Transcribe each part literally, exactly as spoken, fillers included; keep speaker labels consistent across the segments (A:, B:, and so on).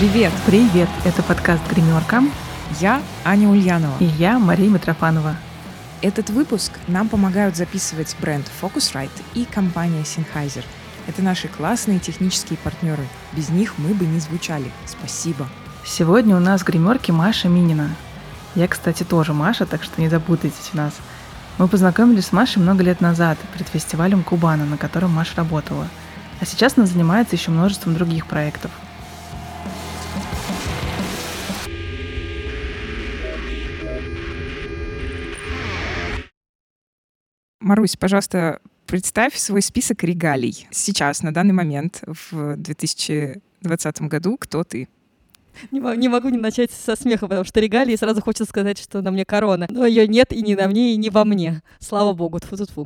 A: Привет!
B: Привет! Это подкаст «Гримерка».
A: Я Аня Ульянова.
B: И я Мария Митрофанова.
A: Этот выпуск нам помогают записывать бренд Focusrite и компания Sennheiser. Это наши классные технические партнеры. Без них мы бы не звучали. Спасибо.
B: Сегодня у нас в «Гримерке» Маша Минина. Я, кстати, тоже Маша, так что не запутайтесь у нас. Мы познакомились с Машей много лет назад перед фестивалем Кубана, на котором Маша работала. А сейчас она занимается еще множеством других проектов.
A: Марусь, пожалуйста, представь свой список регалий. Сейчас, на данный момент, в две тысячи двадцатом году, кто ты?
C: Не, не могу не начать со смеха, потому что регалии сразу хочется сказать, что на мне корона. Но ее нет и не на мне, и не во мне. Слава богу, тьфу-тьфу-тьфу.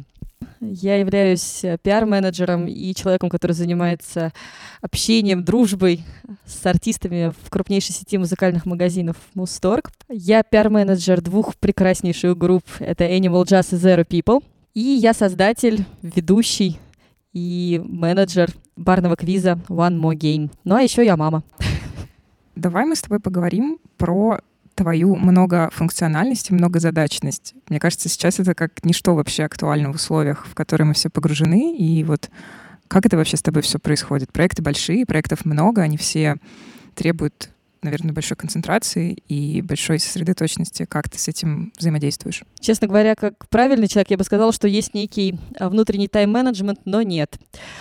C: Я являюсь пиар-менеджером и человеком, который занимается общением, дружбой с артистами в крупнейшей сети музыкальных магазинов Музторг. Я пиар-менеджер двух прекраснейших групп. Это Animal Jazz и Zero People. И я создатель, ведущий и менеджер барного квиза One More Game. Ну а еще я мама.
A: Давай мы с тобой поговорим про твою многофункциональность и многозадачность. Мне кажется, сейчас это как ничто вообще актуально в условиях, в которые мы все погружены. И вот как это вообще с тобой все происходит? Проекты большие, проектов много, они все требуют, наверное, большой концентрации и большой сосредоточенности. Как ты с этим взаимодействуешь?
C: Честно говоря, как правильный человек, я бы сказала, что есть некий внутренний тайм-менеджмент, но нет.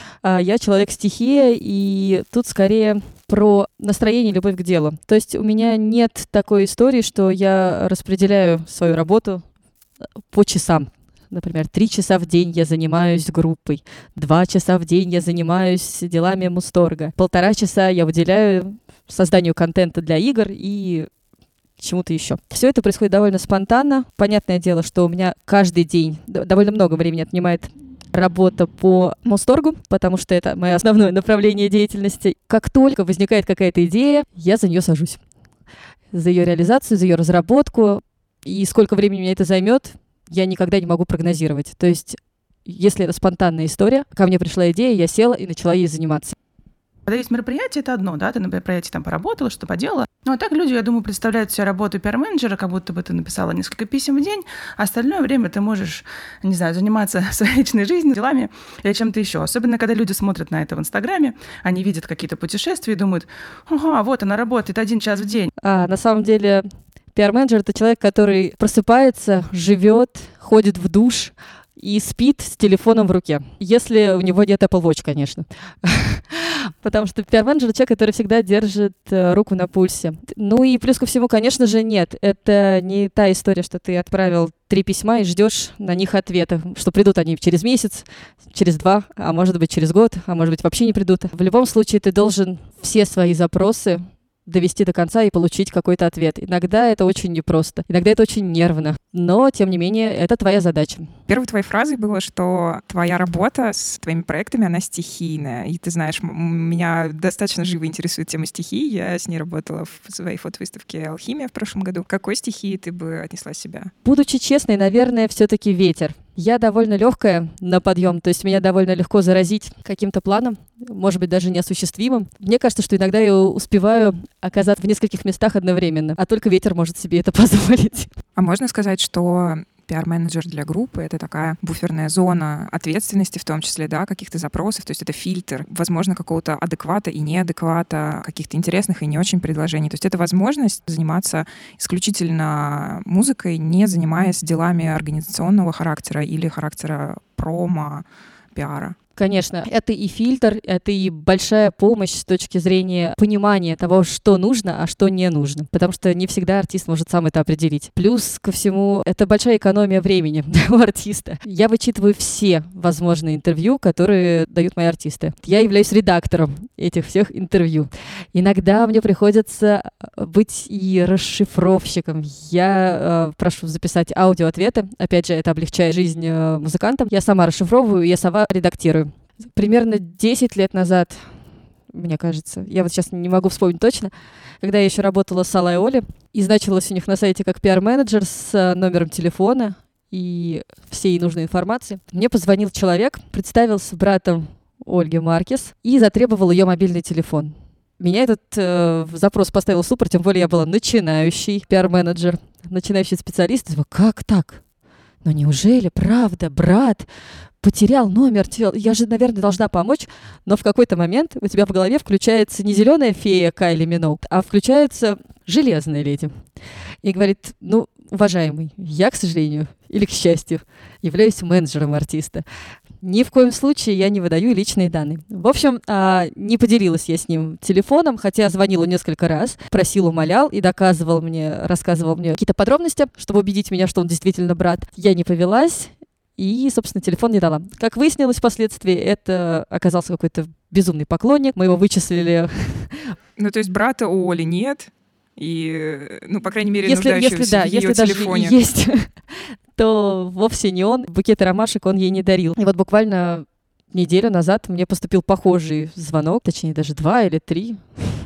C: Я человек-стихия, и тут скорее про настроение и любовь к делу. То есть у меня нет такой истории, что я распределяю свою работу по часам. Например, три часа в день я занимаюсь группой, два часа в день я занимаюсь делами Музторга, полтора часа я выделяю созданию контента для игр и чему-то еще. Все это происходит довольно спонтанно. Понятное дело, что у меня каждый день довольно много времени отнимает работа по Музторгу, потому что это мое основное направление деятельности. Как только возникает какая-то идея, я за нее сажусь. За ее реализацию, за ее разработку. И сколько времени меня это займет, я никогда не могу прогнозировать. То есть, если это спонтанная история, ко мне пришла идея, я села и начала ей заниматься.
B: Когда есть мероприятие, это одно, да, ты на мероприятии там поработала, что поделала. Ну, а так люди, я думаю, представляют себе работу пиар-менеджера, как будто бы ты написала несколько писем в день, а остальное время ты можешь, не знаю, заниматься своей личной жизнью, делами или чем-то еще. Особенно, когда люди смотрят на это в Инстаграме, они видят какие-то путешествия и думают, ага, вот она работает один час в день.
C: А на самом деле пиар-менеджер — это человек, который просыпается, живет, ходит в душ и спит с телефоном в руке. Если у него нет Apple Watch, конечно. Потому что пиар-менеджер — человек, который всегда держит руку на пульсе. Ну и плюс ко всему, конечно же, нет. Это не та история, что ты отправил три письма и ждешь на них ответа, что придут они через месяц, через два, а может быть через год, а может быть вообще не придут. В любом случае ты должен все свои запросы довести до конца и получить какой-то ответ. Иногда это очень непросто, иногда это очень нервно, но, тем не менее, это твоя задача.
A: Первой твоей фразой было, что твоя работа с твоими проектами, она стихийная. И ты знаешь, меня достаточно живо интересует тема стихий. Я с ней работала в своей фотовыставке «Алхимия» в прошлом году. К какой стихии ты бы отнесла себя?
C: Будучи честной, наверное, все-таки ветер. Я довольно легкая на подъем, то есть меня довольно легко заразить каким-то планом, может быть, даже неосуществимым. Мне кажется, что иногда я успеваю оказаться в нескольких местах одновременно, а только ветер может себе это позволить.
A: А можно сказать, что пиар-менеджер для группы — это такая буферная зона ответственности, в том числе, да, каких-то запросов, то есть это фильтр, возможно, какого-то адеквата и неадеквата, каких-то интересных и не очень предложений. То есть это возможность заниматься исключительно музыкой, не занимаясь делами организационного характера или характера промо, пиара.
C: Конечно, это и фильтр, это и большая помощь с точки зрения понимания того, что нужно, а что не нужно. Потому что не всегда артист может сам это определить. Плюс ко всему, это большая экономия времени у артиста. Я вычитываю все возможные интервью, которые дают мои артисты. Я являюсь редактором этих всех интервью. Иногда мне приходится быть и расшифровщиком. Я э, прошу записать аудиоответы. Опять же, это облегчает жизнь э, музыкантам. Я сама расшифровываю, я сама редактирую. Примерно десять лет назад, мне кажется, я вот сейчас не могу вспомнить точно, когда я еще работала с Аллой Оли и значилась у них на сайте как пиар-менеджер с номером телефона и всей нужной информации, мне позвонил человек, представился братом Ольги Маркес и затребовал ее мобильный телефон. Меня этот э, запрос поставил в ступор, тем более я была начинающий пиар-менеджер, начинающий специалист. Я думаю, как так? Ну неужели, правда, брат потерял номер? Я же, наверное, должна помочь. Но в какой-то момент у тебя в голове включается не зеленая фея Кайли Миноуг, а включается железная леди. И говорит, ну, уважаемый, я, к сожалению, или к счастью, являюсь менеджером артиста. Ни в коем случае я не выдаю личные данные. В общем, не поделилась я с ним телефоном, хотя звонила несколько раз, просил, умолял и доказывал мне, рассказывал мне какие-то подробности, чтобы убедить меня, что он действительно брат. Я не повелась и, собственно, телефон не дала. Как выяснилось впоследствии, это оказался какой-то безумный поклонник. Мы его вычислили.
A: Ну, то есть брата у Оли нет? И, ну, по крайней мере,
C: если,
A: нуждающегося
C: если, да,
A: в ее
C: если
A: телефоне.
C: Даже есть, то вовсе не он. Букеты ромашек он ей не дарил. И вот буквально неделю назад мне поступил похожий звонок, точнее, даже два или три.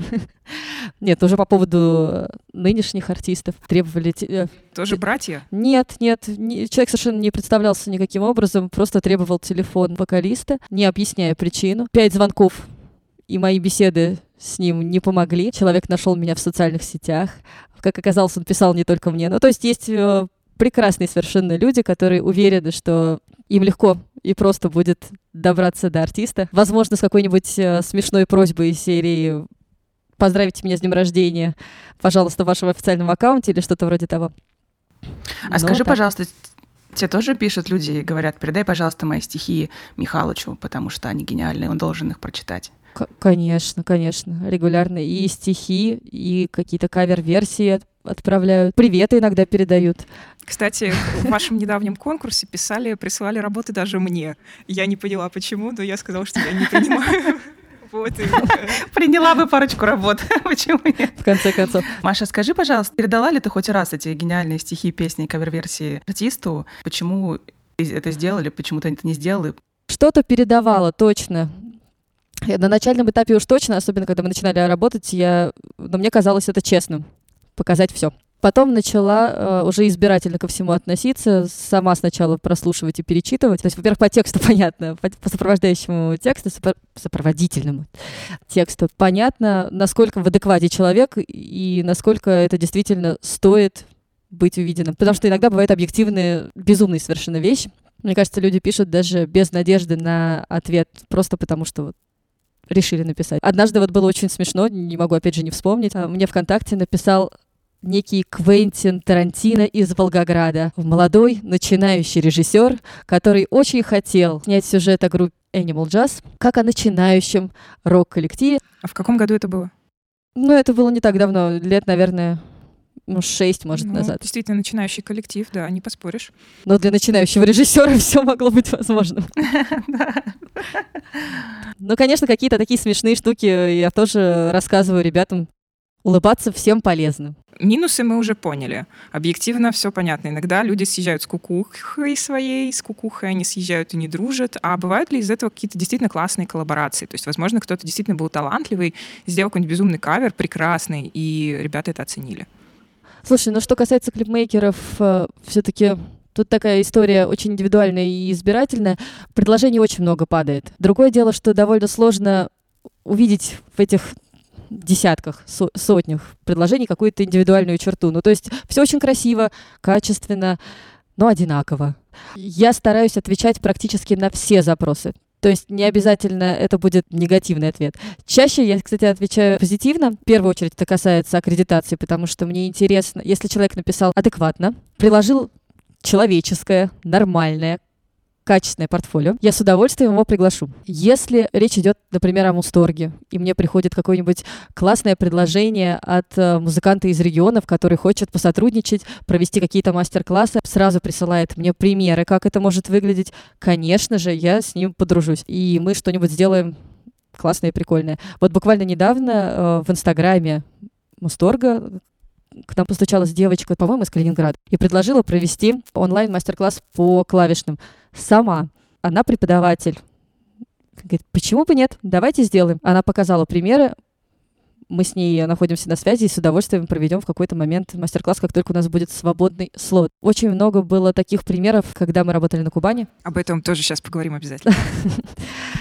C: Нет, уже по поводу нынешних артистов требовали...
A: Тоже братья?
C: Нет, нет, человек совершенно не представлялся никаким образом, просто требовал телефон вокалиста, не объясняя причину. Пять звонков, и мои беседы с ним не помогли. Человек нашел меня в социальных сетях. Как оказалось, он писал не только мне. Ну, то есть есть э, прекрасные совершенно люди, которые уверены, что им легко и просто будет добраться до артиста. Возможно, с какой-нибудь э, смешной просьбой из серии «Поздравите меня с днем рождения, пожалуйста, в вашем официальном аккаунте» или что-то вроде того.
B: А Но скажи, так. пожалуйста, тебе тоже пишут люди и говорят, передай, пожалуйста, мои стихи Михалычу, потому что они гениальные, он должен их прочитать.
C: К- конечно, конечно, регулярно. И стихи, и какие-то кавер-версии отправляют. Приветы иногда передают.
A: Кстати, в вашем недавнем конкурсе писали, присылали работы даже мне. Я не поняла, почему, но я сказала, что я не принимаю. Вот, и...
B: Приняла бы парочку работ. Почему нет?
C: В конце концов.
B: Маша, скажи, пожалуйста, передала ли ты хоть раз эти гениальные стихи, песни, кавер-версии артисту? Почему это сделали, почему ты это не сделала?
C: Что-то передавала, точно. На начальном этапе уж точно, особенно когда мы начинали работать, я... но мне казалось это честным, показать все. Потом начала э, уже избирательно ко всему относиться, сама сначала прослушивать и перечитывать. То есть, во-первых, по тексту понятно, по, по сопровождающему тексту, сопро- сопроводительному тексту понятно, насколько в адеквате человек и насколько это действительно стоит быть увиденным. Потому что иногда бывают объективные, безумные совершенно вещи. Мне кажется, люди пишут даже без надежды на ответ, просто потому что вот решили написать. Однажды вот было очень смешно, не могу опять же не вспомнить. Мне ВКонтакте написал некий Квентин Тарантино из Волгограда. Молодой, начинающий режиссер, который очень хотел снять сюжет о группе Animal Jazz, как о начинающем рок-коллективе.
A: А в каком году это было?
C: Ну, это было не так давно, лет, наверное, ну, шесть, может,
A: ну,
C: назад.
A: Действительно, начинающий коллектив, да, не поспоришь.
C: Но для начинающего режиссера все могло быть возможным. Ну, конечно, какие-то такие смешные штуки я тоже рассказываю ребятам. Улыбаться всем полезно.
A: Минусы мы уже поняли. Объективно все понятно. Иногда люди съезжают с кукухой своей, с кукухой они съезжают и не дружат. А бывают ли из этого какие-то действительно классные коллаборации? То есть, возможно, кто-то действительно был талантливый, сделал какой-нибудь безумный кавер, прекрасный, и ребята это оценили.
C: Слушай, ну что касается клипмейкеров, все-таки тут такая история очень индивидуальная и избирательная. Предложений очень много падает. Другое дело, что довольно сложно увидеть в этих десятках, со- сотнях предложений какую-то индивидуальную черту. Ну, то есть все очень красиво, качественно, но одинаково. Я стараюсь отвечать практически на все запросы. То есть не обязательно это будет негативный ответ. Чаще я, кстати, отвечаю позитивно. В первую очередь это касается аккредитации, потому что мне интересно, если человек написал адекватно, приложил человеческое, нормальное, качественное портфолио, я с удовольствием его приглашу. Если речь идет, например, о Мусторге, и мне приходит какое-нибудь классное предложение от э, музыканта из регионов, который хочет посотрудничать, провести какие-то мастер-классы, сразу присылает мне примеры, как это может выглядеть, конечно же, я с ним подружусь, и мы что-нибудь сделаем классное и прикольное. Вот буквально недавно э, в Инстаграме Мусторга к нам постучалась девочка, по-моему, из Калининграда, и предложила провести онлайн-мастер-класс по клавишным. Сама. Она преподаватель. Говорит, почему бы нет? Давайте сделаем. Она показала примеры. Мы с ней находимся на связи и с удовольствием проведем в какой-то момент мастер-класс, как только у нас будет свободный слот. Очень много было таких примеров, когда мы работали на Кубани.
A: Об этом тоже сейчас поговорим обязательно.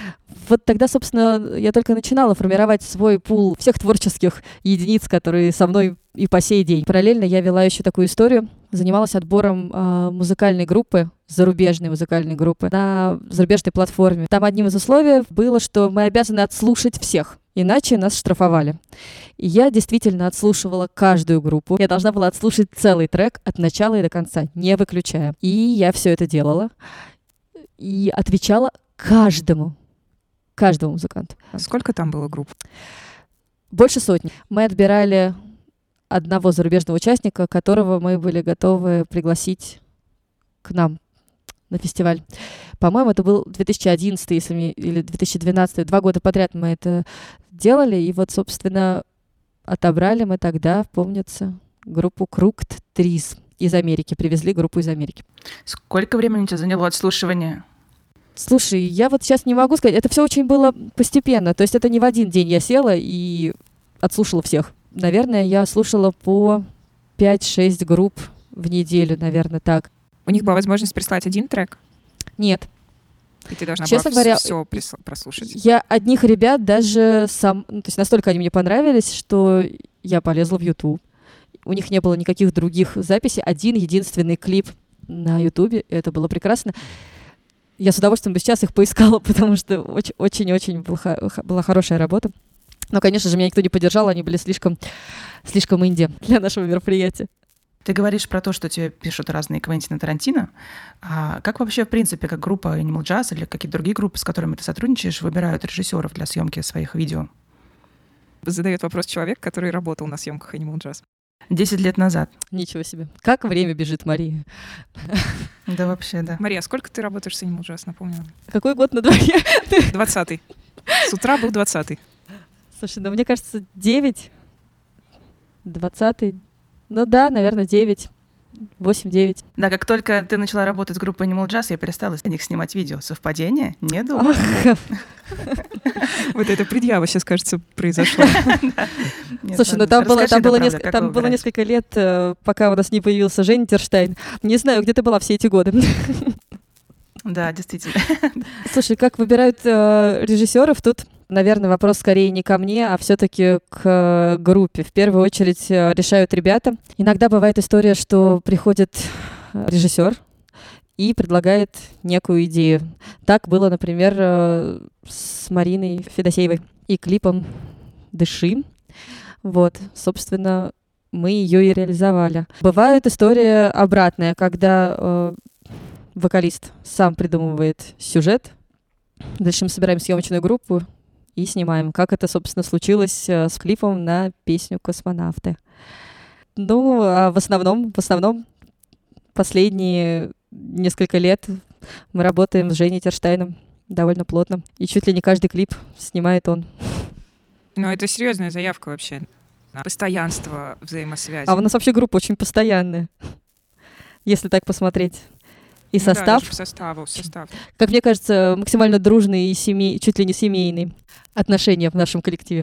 C: вот тогда, собственно, я только начинала формировать свой пул всех творческих единиц, которые со мной и по сей день. Параллельно я вела еще такую историю, занималась отбором э, музыкальной группы, зарубежной музыкальной группы на зарубежной платформе. Там одним из условий было, что мы обязаны отслушать всех, иначе нас штрафовали. И я действительно отслушивала каждую группу. Я должна была отслушать целый трек от начала и до конца, не выключая. И я все это делала и отвечала каждому, каждому музыканту.
A: А сколько там было групп?
C: Больше сотни. Мы отбирали одного зарубежного участника, которого мы были готовы пригласить к нам на фестиваль. По-моему, это был две тысячи одиннадцатый, если мне, или две тысячи двенадцатый. Два года подряд мы это делали. И вот, собственно, отобрали мы тогда, помнится, группу Crooked Trees из Америки. Привезли группу из Америки.
B: Сколько времени у тебя заняло отслушивание?
C: Слушай, я вот сейчас не могу сказать. Это все очень было постепенно. То есть это не в один день я села и отслушала всех. Наверное, я слушала по пять-шесть групп в неделю, наверное, так.
A: У них была возможность прислать один трек?
C: Нет.
A: И ты должна
C: Честно
A: была
C: говоря,
A: все прослушать?
C: Я одних ребят даже сам... Ну, то есть настолько они мне понравились, что я полезла в YouTube. У них не было никаких других записей. Один единственный клип на YouTube. Это было прекрасно. Я с удовольствием бы сейчас их поискала, потому что очень-очень была хорошая работа. Но, конечно же, меня никто не поддержал, они были слишком, слишком инди для нашего мероприятия.
B: Ты говоришь про то, что тебе пишут разные Квентина Тарантино. А как вообще, в принципе, как группа Animal Jazz или какие-то другие группы, с которыми ты сотрудничаешь, выбирают режиссеров для съемки своих видео?
A: Задает вопрос человек, который работал на съемках Animal Jazz.
B: Десять лет назад.
C: Ничего себе. Как время бежит, Мария.
B: Да, вообще, да.
A: Мария, сколько ты работаешь с Animal Jazz, напомню?
C: Какой год на дворе?
A: Двадцатый. С утра был двадцатый.
C: Слушай, ну мне кажется, девять. Двадцатый. Ну да, наверное, девять. восемь-девять.
B: Да, как только ты начала работать с группой Animal Jazz, я перестала с них снимать видео. Совпадение? Не думаю.
A: Вот это предъява сейчас, кажется, произошла.
C: Слушай, ну там было несколько лет, пока у нас не появился Женя Терштайн. Не знаю, где ты была все эти годы.
B: Да, действительно.
C: Слушай, как выбирают режиссеров тут? Наверное, вопрос скорее не ко мне, а все-таки к группе. В первую очередь решают ребята. Иногда бывает история, что приходит режиссер и предлагает некую идею. Так было, например, с Мариной Федосеевой и клипом «Дыши». Вот, собственно, мы ее и реализовали. Бывает история обратная, когда э, вокалист сам придумывает сюжет. Дальше мы собираем съемочную группу и снимаем. Как это, собственно, случилось с клипом на песню «Космонавты». Ну, а в основном, в основном последние несколько лет мы работаем с Женей Терштайном довольно плотно. И чуть ли не каждый клип снимает он.
A: Ну, это серьезная заявка вообще. Постоянство взаимосвязи.
C: А у нас вообще группа очень постоянная, если так посмотреть. И
A: ну
C: состав,
A: да, составу, состав.
C: Как мне кажется, максимально дружный и семей, чуть ли не семейный отношения в нашем коллективе.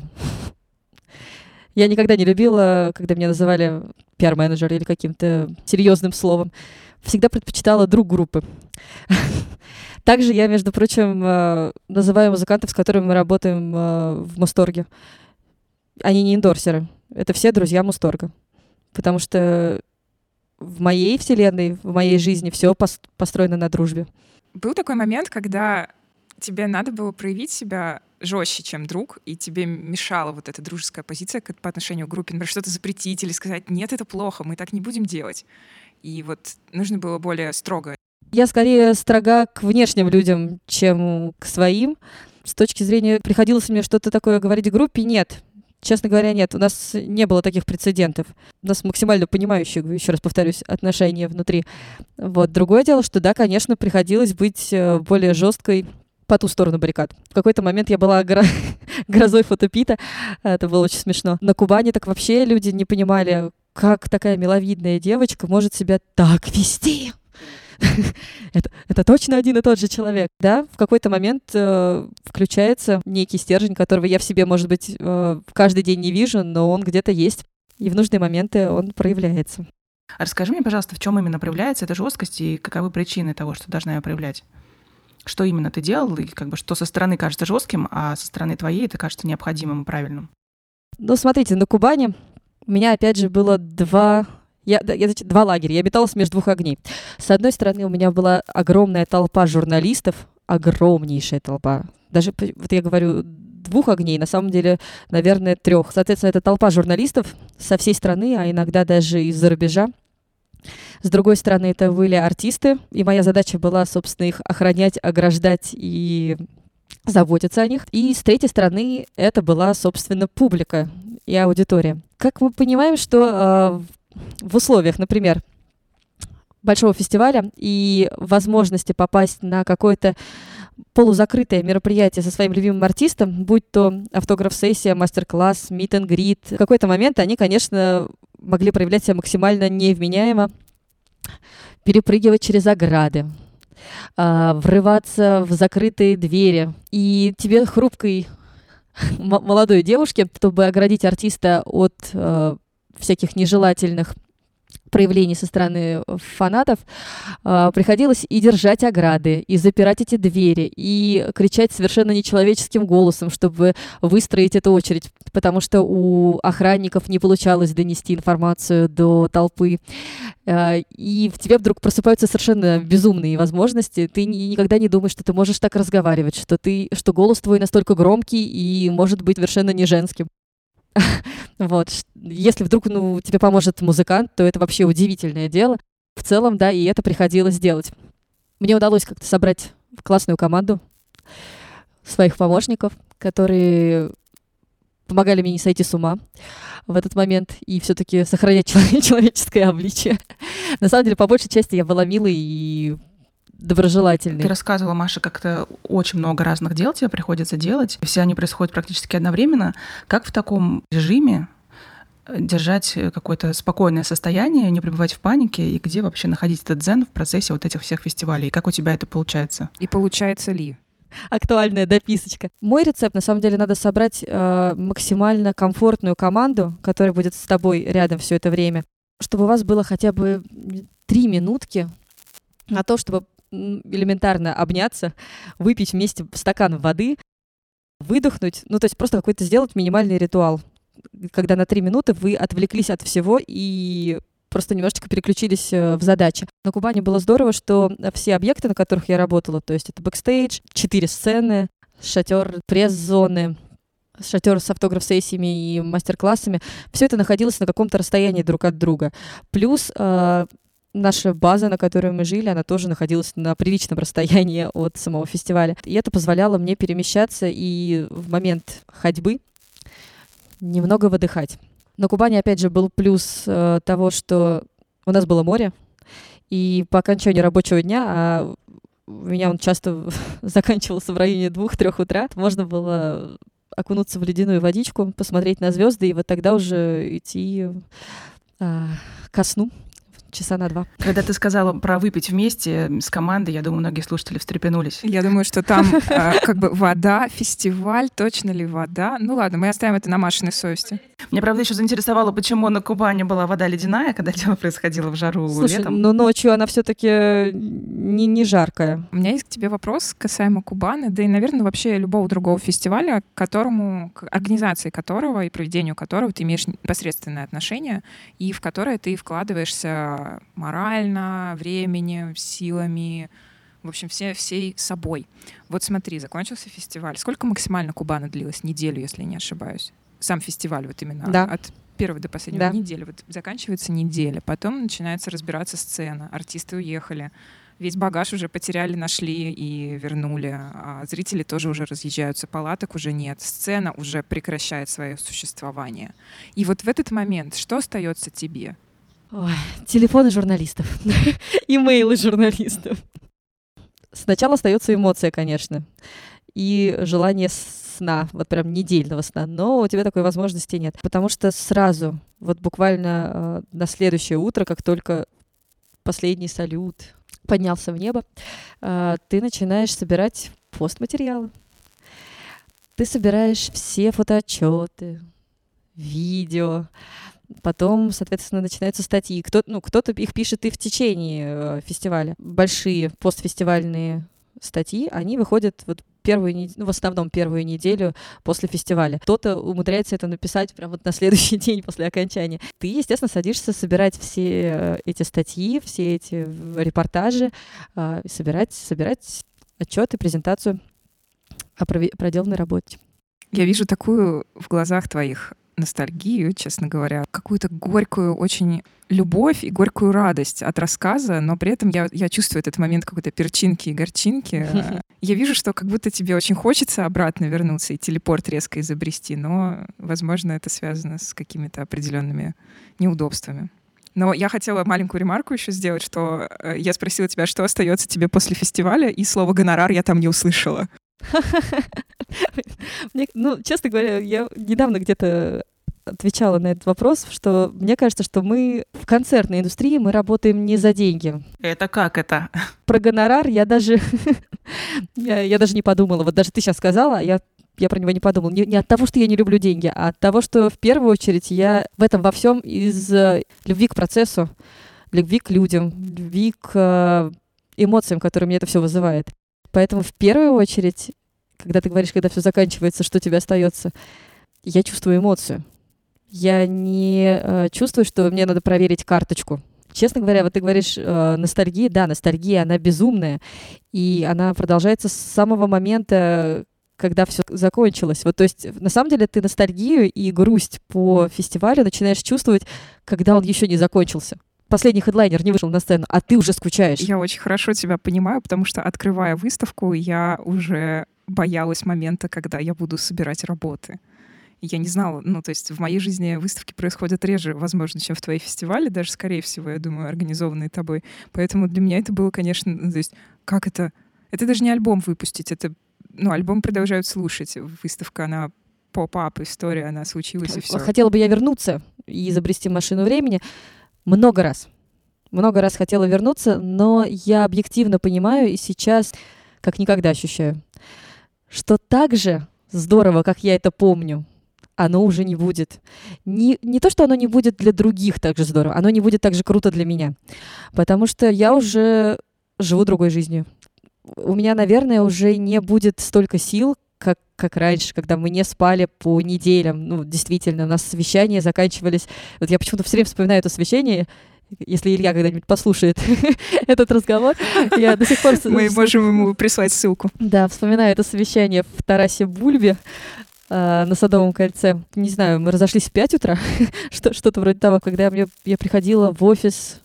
C: Я никогда не любила, когда меня называли пиар-менеджер или каким-то серьезным словом. Всегда предпочитала друг группы. Также я, между прочим, называю музыкантов, с которыми мы работаем в Мусторге. Они не эндорсеры. Это все друзья Мусторга. Потому что в моей вселенной, в моей жизни все построено на дружбе.
A: Был такой момент, когда тебе надо было проявить себя жестче, чем друг, и тебе мешала вот эта дружеская позиция по отношению к группе, например, что-то запретить или сказать: нет, это плохо, мы так не будем делать. И вот нужно было более строго.
C: Я скорее строга к внешним людям, чем к своим. С точки зрения, приходилось мне что-то такое говорить группе, нет. Честно говоря, нет. У нас не было таких прецедентов. У нас максимально понимающие, еще раз повторюсь, отношения внутри. Вот. Другое дело, что да, конечно, приходилось быть более жесткой по ту сторону баррикад. В какой-то момент я была гро... грозой фотопита. Это было очень смешно. На Кубани так вообще люди не понимали, как такая миловидная девочка может себя так вести. это, это точно один и тот же человек. Да, в какой-то момент э, включается некий стержень, которого я в себе, может быть, э, каждый день не вижу, но он где-то есть. И в нужные моменты он проявляется.
B: А расскажи мне, пожалуйста, в чем именно проявляется эта жесткость и каковы причины того, что должна ее проявлять? Что именно ты делал, и как бы что со стороны кажется жестким, а со стороны твоей это кажется необходимым и правильным?
C: Ну, смотрите, на Кубани у меня, опять же, было два... Я, я, значит, два лагеря. Я металась между двух огней. С одной стороны, у меня была огромная толпа журналистов, огромнейшая толпа. Даже, вот я говорю, двух огней, на самом деле, наверное, трех. Соответственно, это толпа журналистов со всей страны, а иногда даже из-за рубежа. С другой стороны, это были артисты, и моя задача была, собственно, их охранять, ограждать и заботиться о них. И с третьей стороны, это была, собственно, публика и аудитория. Как мы понимаем, что э, в условиях, например, большого фестиваля и возможности попасть на какое-то полузакрытое мероприятие со своим любимым артистом, будь то автограф-сессия, мастер-класс, мит-н-грит, в какой-то момент они, конечно, могли проявлять себя максимально невменяемо, перепрыгивать через ограды, врываться в закрытые двери. И тебе, хрупкой молодой девушке, чтобы оградить артиста от э, всяких нежелательных проявлений со стороны фанатов, э, приходилось и держать ограды, и запирать эти двери, и кричать совершенно нечеловеческим голосом, чтобы выстроить эту очередь, потому что у охранников не получалось донести информацию до толпы. Э, и в тебе вдруг просыпаются совершенно безумные возможности. Ты ни, никогда не думаешь, что ты можешь так разговаривать, что, ты, что голос твой настолько громкий и может быть совершенно не женским. Вот. Если вдруг ну, тебе поможет музыкант, то это вообще удивительное дело. В целом, да, и это приходилось делать. Мне удалось как-то собрать классную команду своих помощников, которые помогали мне не сойти с ума в этот момент и все-таки сохранять человеческое обличие. На самом деле, по большей части я была милой и доброжелательный.
B: Ты рассказывала, Маша, как-то очень много разных дел тебе приходится делать. Все они происходят практически одновременно. Как в таком режиме держать какое-то спокойное состояние, не пребывать в панике, и где вообще находить этот дзен в процессе вот этих всех фестивалей? И как у тебя это получается?
A: И получается ли?
C: Актуальная дописочка. Мой рецепт, на самом деле, надо собрать э, максимально комфортную команду, которая будет с тобой рядом все это время, чтобы у вас было хотя бы три минутки на то, чтобы элементарно обняться, выпить вместе стакан воды, выдохнуть, ну, то есть просто какой-то сделать минимальный ритуал, когда на три минуты вы отвлеклись от всего и просто немножечко переключились в задачи. На Кубани было здорово, что все объекты, на которых я работала, то есть это бэкстейдж, четыре сцены, шатер пресс-зоны, шатер с автограф-сессиями и мастер-классами, все это находилось на каком-то расстоянии друг от друга. Плюс э, наша база, на которой мы жили, она тоже находилась на приличном расстоянии от самого фестиваля. И это позволяло мне перемещаться и в момент ходьбы немного выдыхать. На Кубани, опять же, был плюс э, того, что у нас было море, и по окончанию рабочего дня, а у меня он часто заканчивался в районе двух-трех утра, можно было окунуться в ледяную водичку, посмотреть на звезды, и вот тогда уже идти э, ко сну. Часа на два.
B: Когда ты сказала про выпить вместе с командой, я думаю, многие слушатели встрепенулись.
A: Я думаю, что там э, как бы вода, фестиваль, точно ли вода? Ну ладно, мы оставим это на Машиной совести.
B: Меня, правда, еще заинтересовало, почему на Кубани была вода ледяная, когда дело происходило в жару.
C: Слушай,
B: летом.
C: но ночью она все-таки не, не жаркая.
A: У меня есть к тебе вопрос касаемо Кубаны, да и, наверное, вообще любого другого фестиваля, к которому, к организации которого и проведению которого ты имеешь непосредственное отношение, и в которое ты вкладываешься морально, временем, силами, в общем, все, всей собой. Вот смотри, закончился фестиваль. Сколько максимально Кубана длилась? Неделю, если не ошибаюсь. Сам фестиваль вот именно
C: да.
A: от первой до последнего
C: да.
A: недели. Вот заканчивается неделя. Потом начинается разбираться сцена. Артисты уехали. Весь багаж уже потеряли, нашли и вернули. А зрители тоже уже разъезжаются, палаток уже нет. Сцена уже прекращает свое существование. И вот в этот момент что остается тебе?
C: Ой, телефоны журналистов, имейлы журналистов. Сначала остается эмоция, конечно, и желание сна, вот прям недельного сна, но у тебя такой возможности нет, потому что сразу, вот буквально э, на следующее утро, как только последний салют поднялся в небо, э, ты начинаешь собирать постматериалы. Ты собираешь все фотоотчеты, видео. Потом, соответственно, начинаются статьи. Кто, ну, кто-то их пишет и в течение э, фестиваля. Большие постфестивальные статьи, они выходят вот первую, не- ну, в основном первую неделю после фестиваля. Кто-то умудряется это написать прямо вот на следующий день после окончания. Ты, естественно, садишься собирать все э, эти статьи, все эти репортажи, э, собирать, собирать отчеты, презентацию о прове- проделанной работе.
A: Я вижу такую в глазах твоих ностальгию, честно говоря, какую-то горькую очень любовь и горькую радость от рассказа, но при этом я, я чувствую этот момент какой-то перчинки и горчинки. Я вижу, что как будто тебе очень хочется обратно вернуться и телепорт резко изобрести, но, возможно, это связано с какими-то определенными неудобствами. Но я хотела маленькую ремарку еще сделать, что э, я спросила тебя, что остается тебе после фестиваля, и слово «гонорар» я там не услышала.
C: Мне, ну, честно говоря, я недавно где-то отвечала на этот вопрос, что мне кажется, что мы в концертной индустрии мы работаем не за деньги.
B: Это как это?
C: Про гонорар я даже я, я даже не подумала. Вот даже ты сейчас сказала, я я про него не подумала. Не, не от того, что я не люблю деньги, а от того, что в первую очередь я в этом во всем из э, любви к процессу, любви к людям, любви к э, эмоциям, которые мне это все вызывает. Поэтому в первую очередь, когда ты говоришь, когда все заканчивается, что тебе остается, я чувствую эмоцию. Я не э, чувствую, что мне надо проверить карточку. Честно говоря, вот ты говоришь э, ностальгия, да, ностальгия, она безумная, и она продолжается с самого момента, когда все закончилось. Вот, то есть, на самом деле, ты ностальгию и грусть по фестивалю начинаешь чувствовать, когда он еще не закончился. Последний хедлайнер не вышел на сцену, а ты уже скучаешь.
A: Я очень хорошо тебя понимаю, потому что, открывая выставку, я уже боялась момента, когда я буду собирать работы. Я не знала, ну, то есть в моей жизни выставки происходят реже, возможно, чем в твоей фестивале, даже, скорее всего, я думаю, организованные тобой. Поэтому для меня это было, конечно, ну, то есть как это? Это даже не альбом выпустить, это, ну, альбом продолжают слушать. Выставка, она поп-ап история, она случилась, и все.
C: Хотела бы я вернуться и изобрести машину времени много раз. Много раз хотела вернуться, но я объективно понимаю и сейчас как никогда ощущаю, что так же здорово, как я это помню, оно уже не будет. Не, не то, что оно не будет для других так же здорово, оно не будет так же круто для меня. Потому что я уже живу другой жизнью. У меня, наверное, уже не будет столько сил, как, как раньше, когда мы не спали по неделям. Ну, действительно, у нас совещания заканчивались. Вот я почему-то все время вспоминаю это совещание. Если Илья когда-нибудь послушает этот разговор, я до сих пор...
A: Мы можем ему прислать ссылку.
C: Да, вспоминаю это совещание в Тарасе Бульбе э, на Садовом кольце. Не знаю, мы разошлись в пять утра, что- что-то вроде того, когда мне, я приходила в офис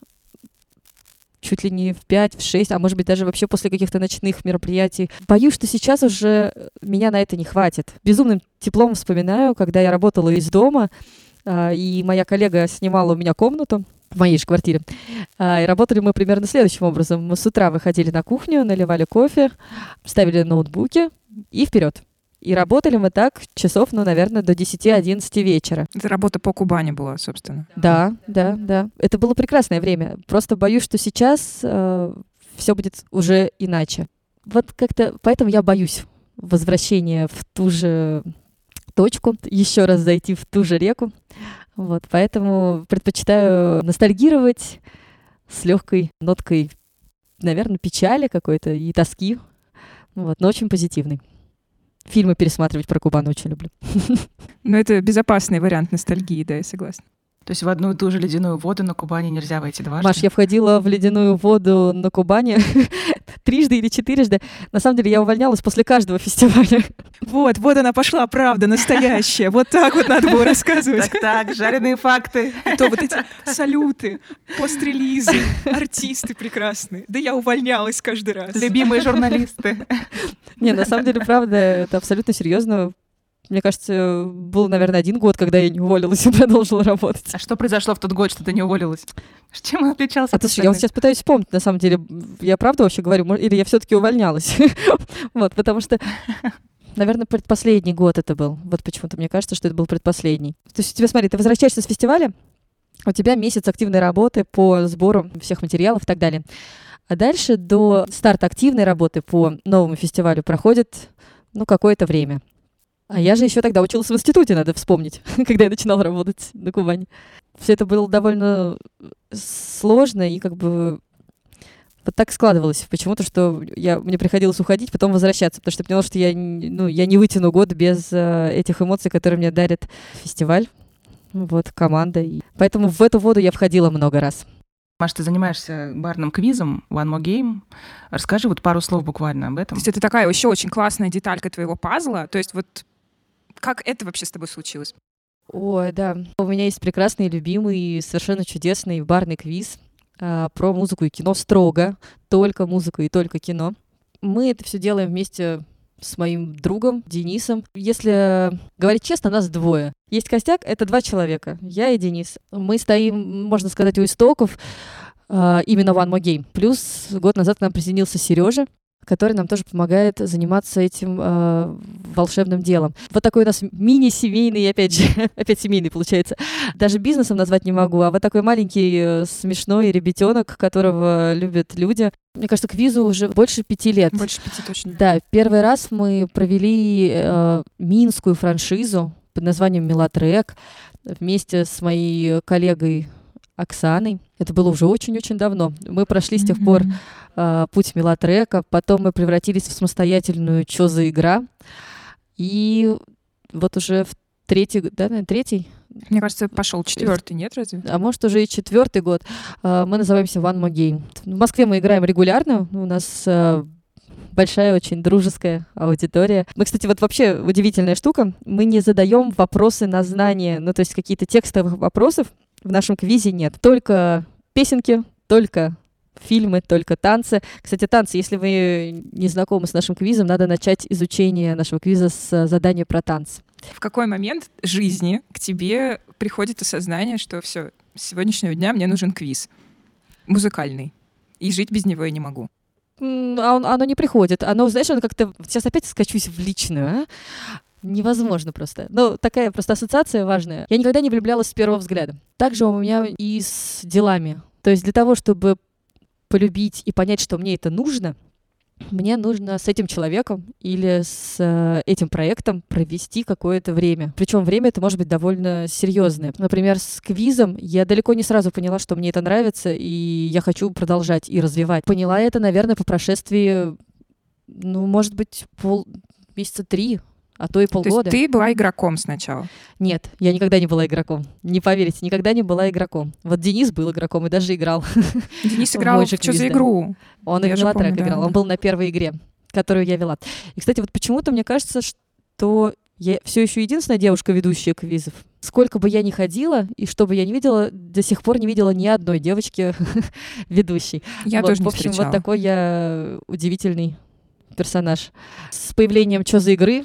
C: чуть ли не в пять, в шесть, а может быть даже вообще после каких-то ночных мероприятий. Боюсь, что сейчас уже меня на это не хватит. Безумным теплом вспоминаю, когда я работала из дома, э, и моя коллега снимала у меня комнату в моей же квартире. А, и работали мы примерно следующим образом. Мы с утра выходили на кухню, наливали кофе, ставили ноутбуки и вперед. И работали мы так часов, ну, наверное, до десяти-одиннадцати вечера.
A: Это работа по Кубани была, собственно.
C: Да, да, да. Это было прекрасное время. Просто боюсь, что сейчас э, все будет уже иначе. Вот как-то поэтому я боюсь возвращения в ту же точку, еще раз зайти в ту же реку. Вот, поэтому предпочитаю ностальгировать с легкой ноткой, наверное, печали какой-то и тоски, вот, но очень позитивный. Фильмы пересматривать про Кубань очень люблю.
A: Но это безопасный вариант ностальгии, да, я согласна.
B: То есть в одну и ту же ледяную воду на Кубани нельзя войти дважды?
C: Маш, я входила в ледяную воду на Кубани трижды или четырежды. На самом деле я увольнялась после каждого фестиваля.
A: Вот, вот она пошла, правда, настоящая. Вот так вот надо было рассказывать.
B: Так-так, жареные факты.
A: То вот эти салюты, пост-релизы, артисты прекрасные. Да я увольнялась каждый раз.
B: Любимые журналисты.
C: Не, на самом деле, правда, это абсолютно серьезно. Мне кажется, был, наверное, один год, когда я не уволилась и продолжила работать.
B: А что произошло в тот год, что ты не уволилась? Чем он отличался
C: А
B: от
C: то, что я вот
B: остальных?
C: сейчас пытаюсь вспомнить, на самом деле, я правда вообще говорю, мо- или я все-таки увольнялась? Вот, потому что, наверное, предпоследний год это был. Вот почему-то мне кажется, что это был предпоследний. То есть у тебя, смотри, ты возвращаешься с фестиваля, у тебя месяц активной работы по сбору всех материалов и так далее. А дальше до старта активной работы по новому фестивалю проходит, ну, какое-то время. А я же еще тогда училась в институте, надо вспомнить, когда я начинала работать на Кубани. Все это было довольно сложно и как бы Вот так складывалось почему-то, что я, мне приходилось уходить, потом возвращаться, потому что я поняла, что я, ну, я не вытяну год без э, этих эмоций, которые мне дарит фестиваль, вот, команда. И поэтому в эту воду я входила много раз.
B: Маш, ты занимаешься барным квизом One More Game. Расскажи вот пару слов буквально об этом.
A: То есть это такая еще очень классная деталька твоего пазла. То есть вот как это вообще с тобой случилось?
C: Ой, да. У меня есть прекрасный, любимый, совершенно чудесный барный квиз а, про музыку и кино. Строго. Только музыку и только кино. Мы это все делаем вместе с моим другом Денисом. Если говорить честно, нас двое. Есть костяк, это два человека. Я и Денис. Мы стоим, можно сказать, у истоков а, именно One More Game. Плюс год назад к нам присоединился Сережа, который нам тоже помогает заниматься этим э, волшебным делом. Вот такой у нас мини-семейный, опять же, опять семейный получается. Даже бизнесом назвать не могу, а вот такой маленький э, смешной ребятенок, которого любят люди. Мне кажется, квизу уже больше пяти лет.
A: Больше пяти точно.
C: Да, первый раз мы провели э, минскую франшизу под названием «Мелотрек» вместе с моей коллегой Оксаной. Это было уже очень-очень давно. Мы прошли с тех mm-hmm. пор э, путь Мелотрека, потом мы превратились в самостоятельную «Чё за игра?». И вот уже в третий, да, наверное, третий?
A: Мне кажется, пошел четвертый, нет, разве?
C: А может, уже и четвертый год. Э, мы называемся One More Game. В Москве мы играем регулярно. У нас э, большая, очень дружеская аудитория. Мы, кстати, вот вообще удивительная штука. Мы не задаем вопросы на знание, ну, то есть какие-то текстовых вопросов в нашем квизе нет. Только песенки, только фильмы, только танцы. Кстати, танцы, если вы не знакомы с нашим квизом, надо начать изучение нашего квиза с задания про танцы.
A: В какой момент жизни к тебе приходит осознание, что все, с сегодняшнего дня мне нужен квиз музыкальный, и жить без него я не могу?
C: А он, оно не приходит. Оно, знаешь, оно как-то... Сейчас опять скачусь в личную, а? Невозможно просто. Ну, такая просто ассоциация важная. Я никогда не влюблялась с первого взгляда. Также у меня и с делами. То есть для того, чтобы полюбить и понять, что мне это нужно, мне нужно с этим человеком или с э, этим проектом провести какое-то время. Причем время это может быть довольно серьезное. Например, с квизом я далеко не сразу поняла, что мне это нравится, и я хочу продолжать и развивать. Поняла это, наверное, по прошествии, ну, может быть, пол... месяца три, а то и полгода.
A: То есть ты была игроком сначала?
C: Нет, я никогда не была игроком. Не поверите, никогда не была игроком. Вот Денис был игроком и даже играл.
A: Денис играл в «Что за игру»?
C: Он и в «Мелотрек» играл. Он был на первой игре, которую я вела. И, кстати, вот почему-то мне кажется, что я все еще единственная девушка-ведущая квизов. Сколько бы я ни ходила, и что бы я ни видела, до сих пор не видела ни одной девочки ведущей.
A: Я
C: вот,
A: тоже не
C: в общем,
A: встречала.
C: Вот такой я удивительный персонаж. С появлением «Чё за игры»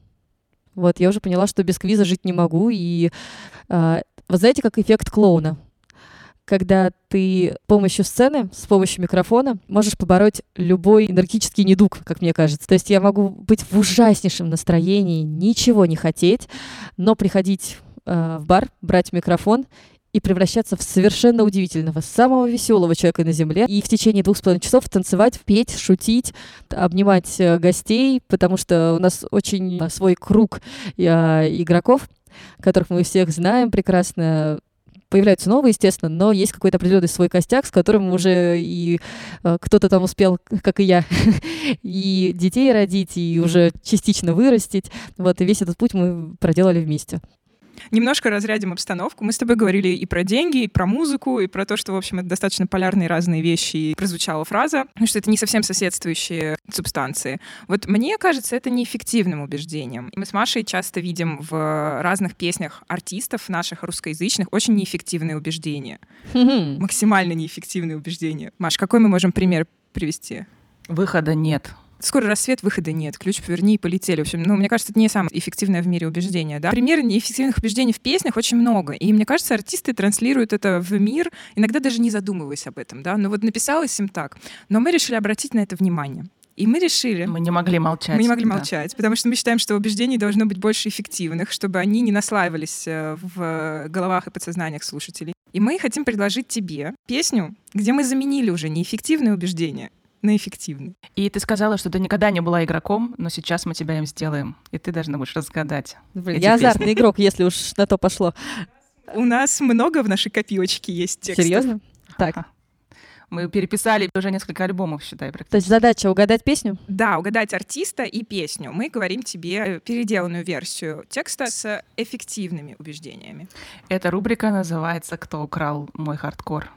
C: вот, я уже поняла, что без квиза жить не могу. И э, вы знаете, как эффект клоуна? Когда ты с помощью сцены, с помощью микрофона можешь побороть любой энергетический недуг, как мне кажется. То есть я могу быть в ужаснейшем настроении, ничего не хотеть, но приходить э, в бар, брать микрофон и превращаться в совершенно удивительного, самого веселого человека на земле. И в течение двух с половиной часов танцевать, петь, шутить, обнимать гостей, потому что у нас очень свой круг э, игроков, которых мы всех знаем прекрасно. Появляются новые, естественно, но есть какой-то определенный свой костяк, с которым уже и э, кто-то там успел, как и я, и детей родить, и уже частично вырастить. Вот, и весь этот путь мы проделали вместе.
A: Немножко разрядим обстановку. Мы с тобой говорили и про деньги, и про музыку, и про то, что, в общем, это достаточно полярные разные вещи. И прозвучала фраза, что это не совсем соседствующие субстанции. Вот мне кажется, это неэффективным убеждением. Мы с Машей часто видим в разных песнях артистов наших русскоязычных очень неэффективные убеждения. Максимально неэффективные убеждения. Маш, какой мы можем пример привести?
B: Выхода нет.
A: Скоро рассвет, выхода нет. Ключ поверни и полетели. В общем, ну, мне кажется, это не самое эффективное в мире убеждение. Да? Примеров неэффективных убеждений в песнях очень много. И мне кажется, артисты транслируют это в мир, иногда даже не задумываясь об этом. Да? Но вот написалось им так. Но мы решили обратить на это внимание. И мы решили...
B: Мы не могли молчать.
A: Мы не могли
B: да.
A: молчать, потому что мы считаем, что убеждений должно быть больше эффективных, чтобы они не наслаивались в головах и подсознаниях слушателей. И мы хотим предложить тебе песню, где мы заменили уже неэффективные убеждения на эффективный.
B: И ты сказала, что ты никогда не была игроком, но сейчас мы тебя им сделаем, и ты должна будешь разгадать.
C: Блин, я песни. Азартный игрок, если уж на то пошло.
A: У нас много в нашей копилочке есть текстов.
C: Серьезно? Так.
B: Ага. Мы переписали уже несколько альбомов, считай, практически.
C: То есть задача угадать песню?
A: Да, угадать артиста и песню. Мы говорим тебе переделанную версию текста с эффективными убеждениями.
B: Эта рубрика называется «Кто украл мой хардкор?».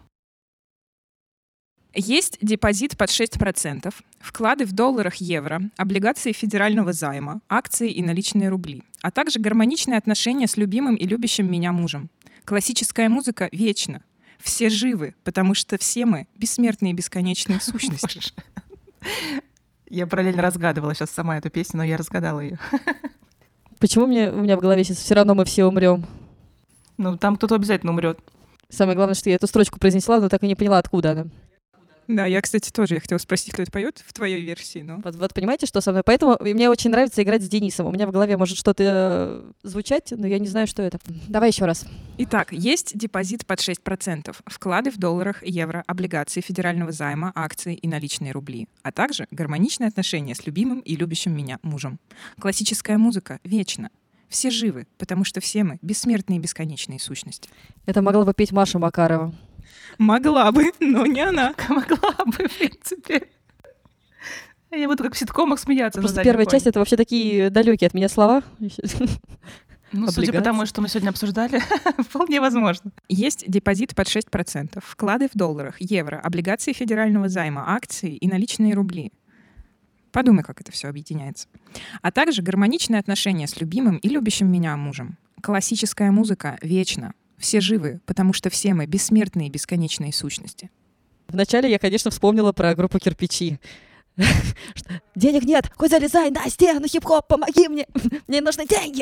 A: Есть депозит под шесть процентов, вклады в долларах, евро, облигации федерального займа, акции и наличные рубли, а также гармоничные отношения с любимым и любящим меня мужем. Классическая музыка вечна. Все живы, потому что все мы бессмертные бесконечные сущности.
B: Я параллельно разгадывала сейчас сама эту песню, но я разгадала ее.
C: Почему мне, у меня в голове сейчас все равно мы все умрем?
B: Ну, там кто-то обязательно умрет.
C: Самое главное, что я эту строчку произнесла, но так и не поняла, откуда она.
A: Да, я, кстати, тоже я хотела спросить, кто это поет в твоей версии. Но...
C: Вот, вот понимаете, что со мной? Поэтому мне очень нравится играть с Денисом. У меня в голове может что-то э, звучать, но я не знаю, что это. Давай еще раз.
A: Итак, есть депозит под шесть процентов, вклады в долларах, евро, облигации федерального займа, акции и наличные рубли, а также гармоничные отношения с любимым и любящим меня мужем. Классическая музыка вечна. Все живы, потому что все мы бессмертные бесконечные сущности.
C: Это могла бы петь Маша Макарова.
A: Могла бы, но не она.
B: Могла бы, в принципе. Я буду как в ситкомах смеяться.
C: Просто первая часть — это вообще такие далекие от меня слова.
B: Ну, судя по тому, что мы сегодня обсуждали, вполне возможно.
A: Есть депозит под шесть процентов, вклады в долларах, евро, облигации федерального займа, акции и наличные рубли. Подумай, как это все объединяется. А также гармоничные отношения с любимым и любящим меня мужем. Классическая музыка вечна. Все живы, потому что все мы бессмертные бесконечные сущности.
C: Вначале я, конечно, вспомнила про группу «Кирпичи». Денег нет, хоть залезай на стену, хип-хоп, помоги мне, мне нужны деньги.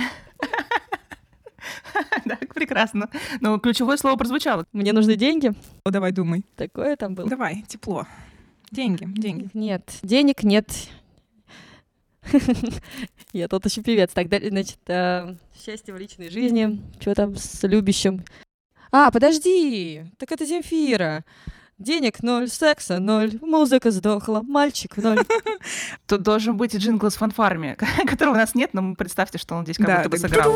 B: Так, прекрасно. Но ключевое слово прозвучало.
C: Мне нужны деньги.
A: О, давай думай.
C: Такое там было.
A: Давай, тепло. Деньги, деньги.
C: Нет, денег нет. Я тут еще певец. Так, значит, счастье в личной жизни. Что там с любящим? А, подожди, так это Земфира. Денег ноль, секса ноль, музыка сдохла, мальчик ноль.
B: Тут должен быть джингл с фанфарами, которого у нас нет, но представьте, что он здесь как будто бы сыграл.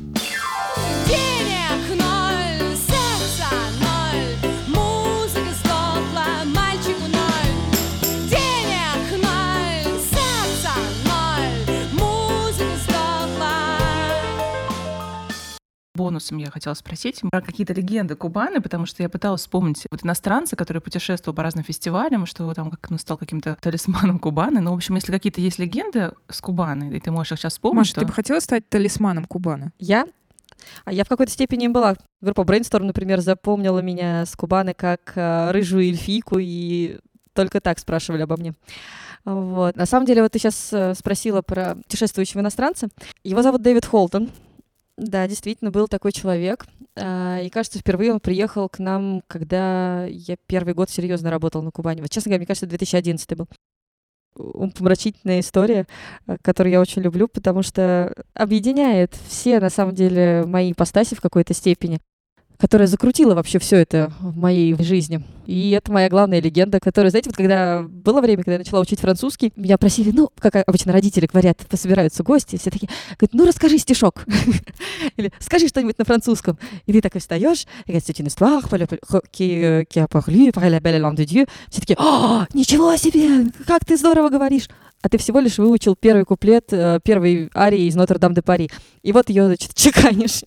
D: Денег ноль, секса ноль, музыка сдохла, мальчику ноль. Денег ноль, секса ноль, музыка сдохла.
B: Бонусом я хотела спросить про какие-то легенды Кубаны, потому что я пыталась вспомнить вот иностранца, который путешествовал по разным фестивалям, что там как, ну, стал каким-то талисманом Кубаны. Ну, в общем, если какие-то есть легенды с Кубаны, и ты можешь их сейчас вспомнить,
A: Маша,
B: то...
A: ты бы хотела стать талисманом Кубаны?
C: Я? А я в какой-то степени была. Группа Brainstorm, например, запомнила меня с Кубаны как э, рыжую эльфийку, и только так спрашивали обо мне. Вот. На самом деле, вот ты сейчас э, спросила про путешествующего иностранца. Его зовут Дэвид Холтон. Да, действительно, был такой человек. Э, и, кажется, впервые он приехал к нам, когда я первый год серьезно работала на Кубани. Вот, честно говоря, мне кажется, две тысячи одиннадцатый был. Умопомрачительная история, которую я очень люблю, потому что объединяет все, на самом деле, мои ипостаси в какой-то степени, которая закрутила вообще все это в моей жизни. И это моя главная легенда, которая, знаете, вот когда было время, когда я начала учить французский, меня просили, ну, как обычно родители говорят, собираются гости, все такие, говорят, ну, расскажи стишок. Или скажи что-нибудь на французском. И ты такой встаешь, и говорит, c'est une histoire qui a parlé par la belle langue de Dieu. Все такие, о, ничего себе, как ты здорово говоришь. А ты всего лишь выучил первый куплет э, первой арии из Нотр-Дам-де-Пари. И вот ее, значит, чеканишь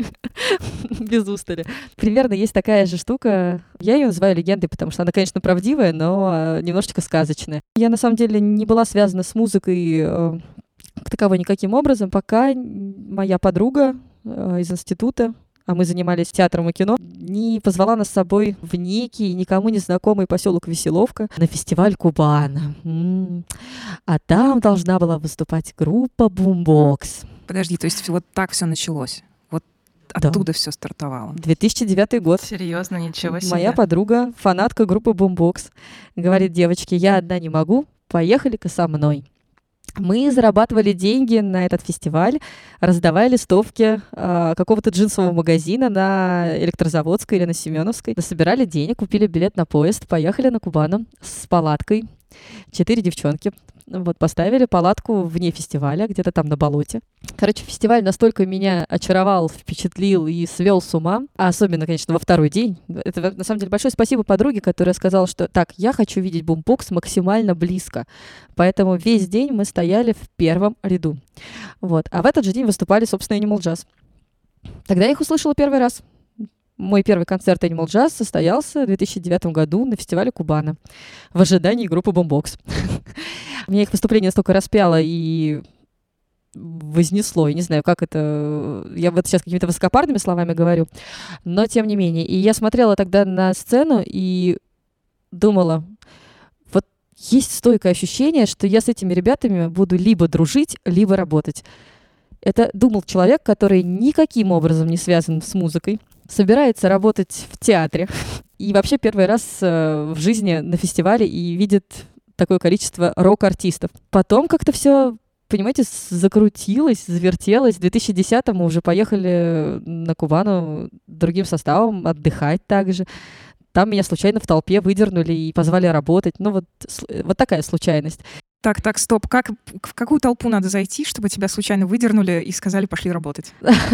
C: без устали. Примерно есть такая же штука. Я ее называю легендой, потому что она, конечно, правдивая, но э, немножечко сказочная. Я, на самом деле, не была связана с музыкой э, к таковой никаким образом, пока моя подруга э, из института, а мы занимались театром и кино, не позвала нас с собой в некий никому не знакомый поселок Веселовка на фестиваль Кубана. М-м. А там должна была выступать группа Boombox.
A: Подожди, то есть вот так все началось? Вот
C: Да.
A: оттуда все стартовало?
C: две тысячи девятый год.
B: Серьезно, ничего себе.
C: Моя подруга, фанатка группы Boombox, говорит, девочки, я одна не могу, поехали-ка со мной. Мы зарабатывали деньги на этот фестиваль, раздавая листовки э, какого-то джинсового магазина на Электрозаводской или на Семеновской. Насобирали денег, купили билет на поезд, поехали на Кубану с палаткой. Четыре девчонки. Вот, поставили палатку вне фестиваля, где-то там на болоте. Короче, фестиваль настолько меня очаровал, впечатлил и свел с ума, а особенно, конечно, во второй день. Это, на самом деле, большое спасибо подруге, которая сказала, что так, я хочу видеть бумбокс максимально близко. Поэтому весь день мы стояли в первом ряду. Вот. А в этот же день выступали, собственно, Animal Jazz. Тогда я их услышала первый раз. Мой первый концерт Animal Jazz состоялся в две тысячи девятом году на фестивале Кубана в ожидании группы Boombox. Меня их выступление настолько распяло и вознесло. Я не знаю, как это... Я вот сейчас какими-то высокопарными словами говорю, но тем не менее. И я смотрела тогда на сцену и думала, вот есть стойкое ощущение, что я с этими ребятами буду либо дружить, либо работать. Это думал человек, который никаким образом не связан с музыкой, собирается работать в театре и вообще первый раз э, в жизни на фестивале и видит такое количество рок-артистов. Потом как-то все, понимаете, закрутилось, завертелось. В две тысячи десятом мы уже поехали на Кубану другим составом отдыхать также. Там меня случайно в толпе выдернули и позвали работать. Ну вот, вот такая случайность.
A: Так, так, стоп. Как, в какую толпу надо зайти, чтобы тебя случайно выдернули и сказали, пошли работать?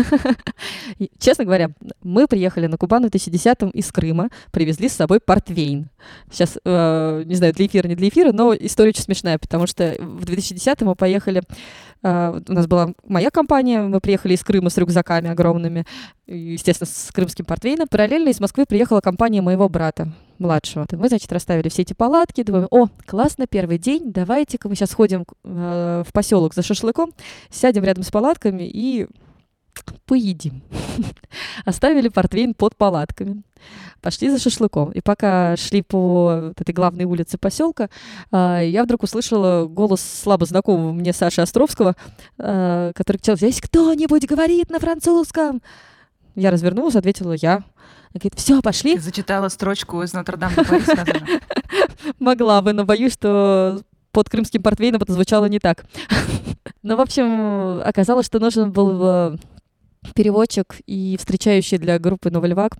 C: Честно говоря, мы приехали на Кубану в две тысячи десятом из Крыма, привезли с собой портвейн. Сейчас, э, не знаю, для эфира, не для эфира, но история очень смешная, потому что в две тысячи десятом мы поехали, э, у нас была моя компания, мы приехали из Крыма с рюкзаками огромными, естественно, с крымским портвейном. Параллельно из Москвы приехала компания моего брата младшего. Мы, значит, расставили все эти палатки, думаем, о, классно, первый день, давайте-ка мы сейчас ходим э, в поселок за шашлыком, сядем рядом с палатками и поедим. Оставили портвейн под палатками. Пошли за шашлыком. И пока шли по этой главной улице поселка, э, я вдруг услышала голос слабо знакомого мне Саши Островского, э, который кричал, здесь кто-нибудь говорит на французском. Я развернулась, ответила я. Она говорит, все, пошли.
B: Ты зачитала строчку из Нотр-Дам-де-Пари сразу же.
C: Могла бы, но боюсь, что под крымским портвейном это звучало не так. Ну, в общем, оказалось, что нужен был переводчик и встречающий для группы Новый Львак.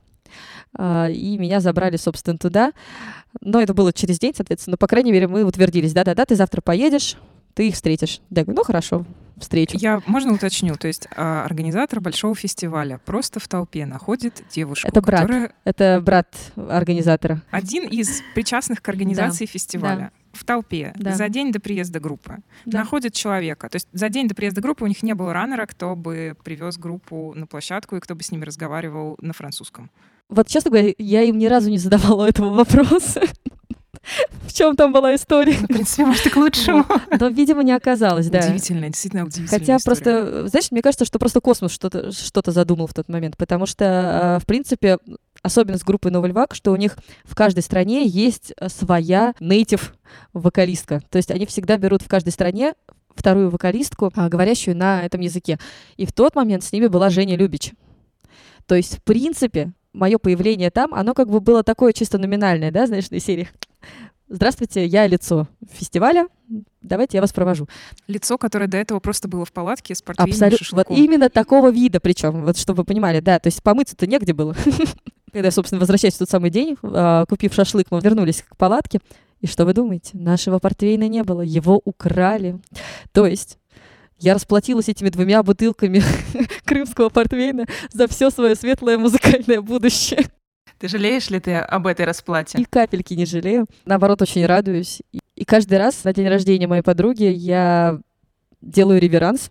C: И меня забрали, собственно, туда. Но это было через день, соответственно. Но, по крайней мере, мы утвердились. Да-да-да, ты завтра поедешь, ты их встретишь. Да, я говорю, ну, хорошо, встречу.
A: Я, можно уточню, то есть а, организатор большого фестиваля просто в толпе находит девушку,
C: Это брат,
A: которая...
C: это брат организатора.
A: Один из причастных к организации
C: Да,
A: фестиваля.
C: да.
A: В толпе
C: Да.
A: за день до приезда группы
C: Да.
A: находит человека. То есть за день до приезда группы у них не было раннера, кто бы привез группу на площадку и кто бы с ними разговаривал на французском.
C: Вот, честно говоря, я им ни разу не задавала этого вопроса. В чем там была история?
B: В принципе, может, и к лучшему.
C: Но, видимо, не оказалось, да.
A: Удивительная, действительно удивительная
C: Хотя
A: история.
C: просто, знаешь, мне кажется, что просто космос что-то, что-то задумал в тот момент, потому что, в принципе, особенность группы Новый Львак, что у них в каждой стране есть своя native вокалистка. То есть они всегда берут в каждой стране вторую вокалистку, говорящую на этом языке. И в тот момент с ними была Женя Любич. То есть, в принципе, мое появление там, оно как бы было такое чисто номинальное, да, знаешь, на серии. Здравствуйте, я лицо фестиваля, давайте я вас провожу.
A: Лицо, которое до этого просто было в палатке с портвейном,
C: Абсолютно. Вот
A: шашлыком.
C: именно такого вида, причем, вот чтобы вы понимали, да, то есть помыться-то негде было. Когда, собственно, возвращаясь в тот самый день, купив шашлык, мы вернулись к палатке, и что вы думаете? Нашего портвейна не было, его украли. То есть я расплатилась этими двумя бутылками крымского портвейна за все свое светлое музыкальное будущее.
B: Ты жалеешь ли ты об этой расплате?
C: И капельки не жалею. Наоборот, очень радуюсь. И, и каждый раз на день рождения моей подруги я делаю реверанс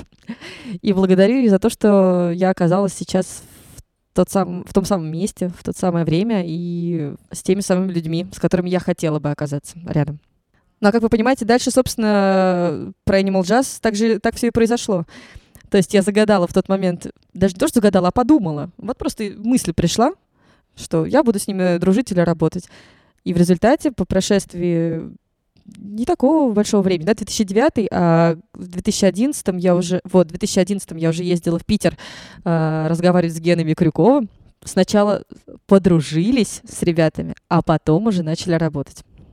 C: и благодарю ее за то, что я оказалась сейчас в, тот сам, в том самом месте, в то самое время и с теми самыми людьми, с которыми я хотела бы оказаться рядом. Ну, а как вы понимаете, дальше, собственно, про Animal Jazz так же, так все и произошло. То есть я загадала в тот момент, даже не то, что загадала, а подумала. Вот просто мысль пришла, что я буду с ними дружить или работать. И в результате, по прошествии не такого большого времени, да, две тысячи девятый, а в две тысячи одиннадцатом я уже, вот, в две тысячи одиннадцатом я уже ездила в Питер э, разговаривать с Геной Крюковым. Сначала подружились с ребятами, а потом уже начали работать.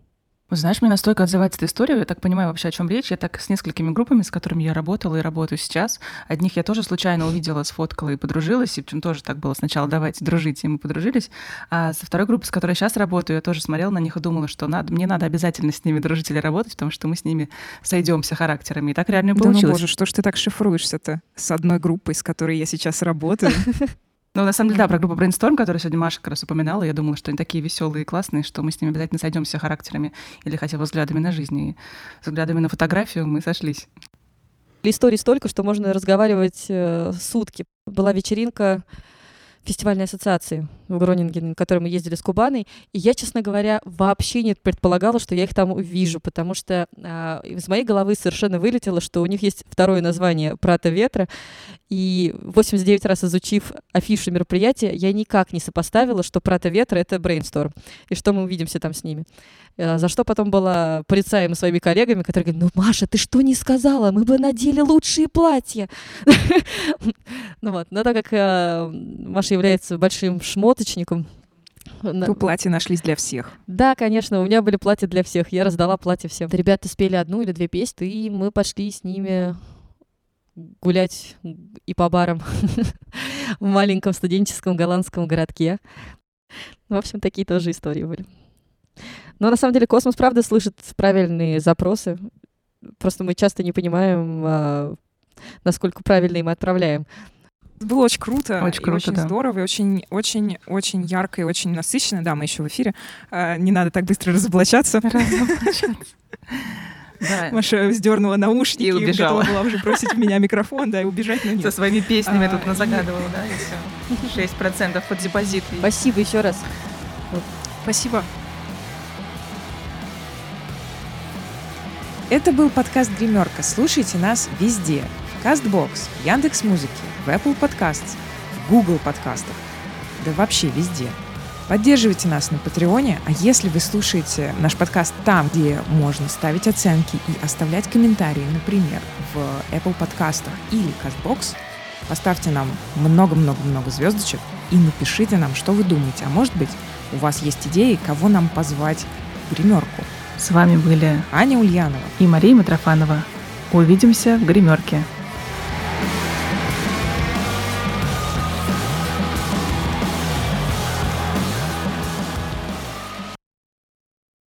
B: Знаешь, мне настолько отзывается эта история, я так понимаю вообще, о чем речь. Я так с несколькими группами, с которыми я работала и работаю сейчас. Одних я тоже случайно увидела, сфоткала и подружилась, и причем тоже так было сначала, давайте дружить, и мы подружились. А со второй группой, с которой я сейчас работаю, я тоже смотрела на них и думала, что надо, мне надо обязательно с ними дружить или работать, потому что мы с ними сойдемся характерами. И так реально и
A: Да
B: получилось.
A: ну боже, что ж ты так шифруешься-то с одной группой, с которой я сейчас работаю?
B: Ну, на самом деле, да, про группу Brainstorm, которую сегодня Маша как раз упоминала, я думала, что они такие веселые и классные, что мы с ними обязательно сойдемся характерами или хотя бы взглядами на жизнь. И взглядами на фотографию мы сошлись.
C: Историй столько, что можно разговаривать э, сутки. Была вечеринка фестивальной ассоциации в Гронинге, на которой мы ездили с Кубаной, и я, честно говоря, вообще не предполагала, что я их там увижу, потому что э, из моей головы совершенно вылетело, что у них есть второе название «Прата ветра», и восемьдесят девять раз изучив афишу мероприятия, я никак не сопоставила, что «Прата ветра» — это Brainstorm, и что мы увидимся там с ними. Э, за что потом была порицаема своими коллегами, которые говорят: ну, Маша, ты что не сказала? Мы бы надели лучшие платья. Ну вот, но так как Маша является большим шмоточником.
A: То платья нашлись для всех.
C: Да, конечно, у меня были платья для всех. Я раздала платья всем. Ребята спели одну или две песни, и мы пошли с ними гулять и по барам в маленьком студенческом голландском городке. В общем, такие тоже истории были. Но на самом деле Космос, правда, слышит правильные запросы. Просто мы часто не понимаем, насколько правильные мы отправляем.
A: Было очень круто,
B: очень,
A: и
B: круто,
A: очень
B: да.
A: здорово, и очень, очень, очень ярко, и очень насыщенно. Да, мы еще в эфире. А, не надо так быстро разоблачаться.
B: Разоблачаться. Да.
A: Маша сдернула наушники
B: И убежала.
A: готова была уже бросить в меня микрофон, да, и убежать, но нет.
B: Со своими песнями
A: А,
B: тут назагадывала, да, и все. шесть процентов под депозит.
C: Спасибо еще раз.
A: Спасибо. Это был подкаст «Гримерка». Слушайте нас везде. В CastBox, в Яндекс.Музыке, в Apple Podcasts, в Google подкастах. Да вообще везде. Поддерживайте нас на Патреоне, а если вы слушаете наш подкаст там, где можно ставить оценки и оставлять комментарии, например, в Apple подкастах или CastBox, поставьте нам много-много-много звездочек и напишите нам, что вы думаете. А может быть, у вас есть идеи, кого нам позвать в гримерку.
B: С вами были
A: Аня Ульянова
B: и Мария Митрофанова. Увидимся в гримерке.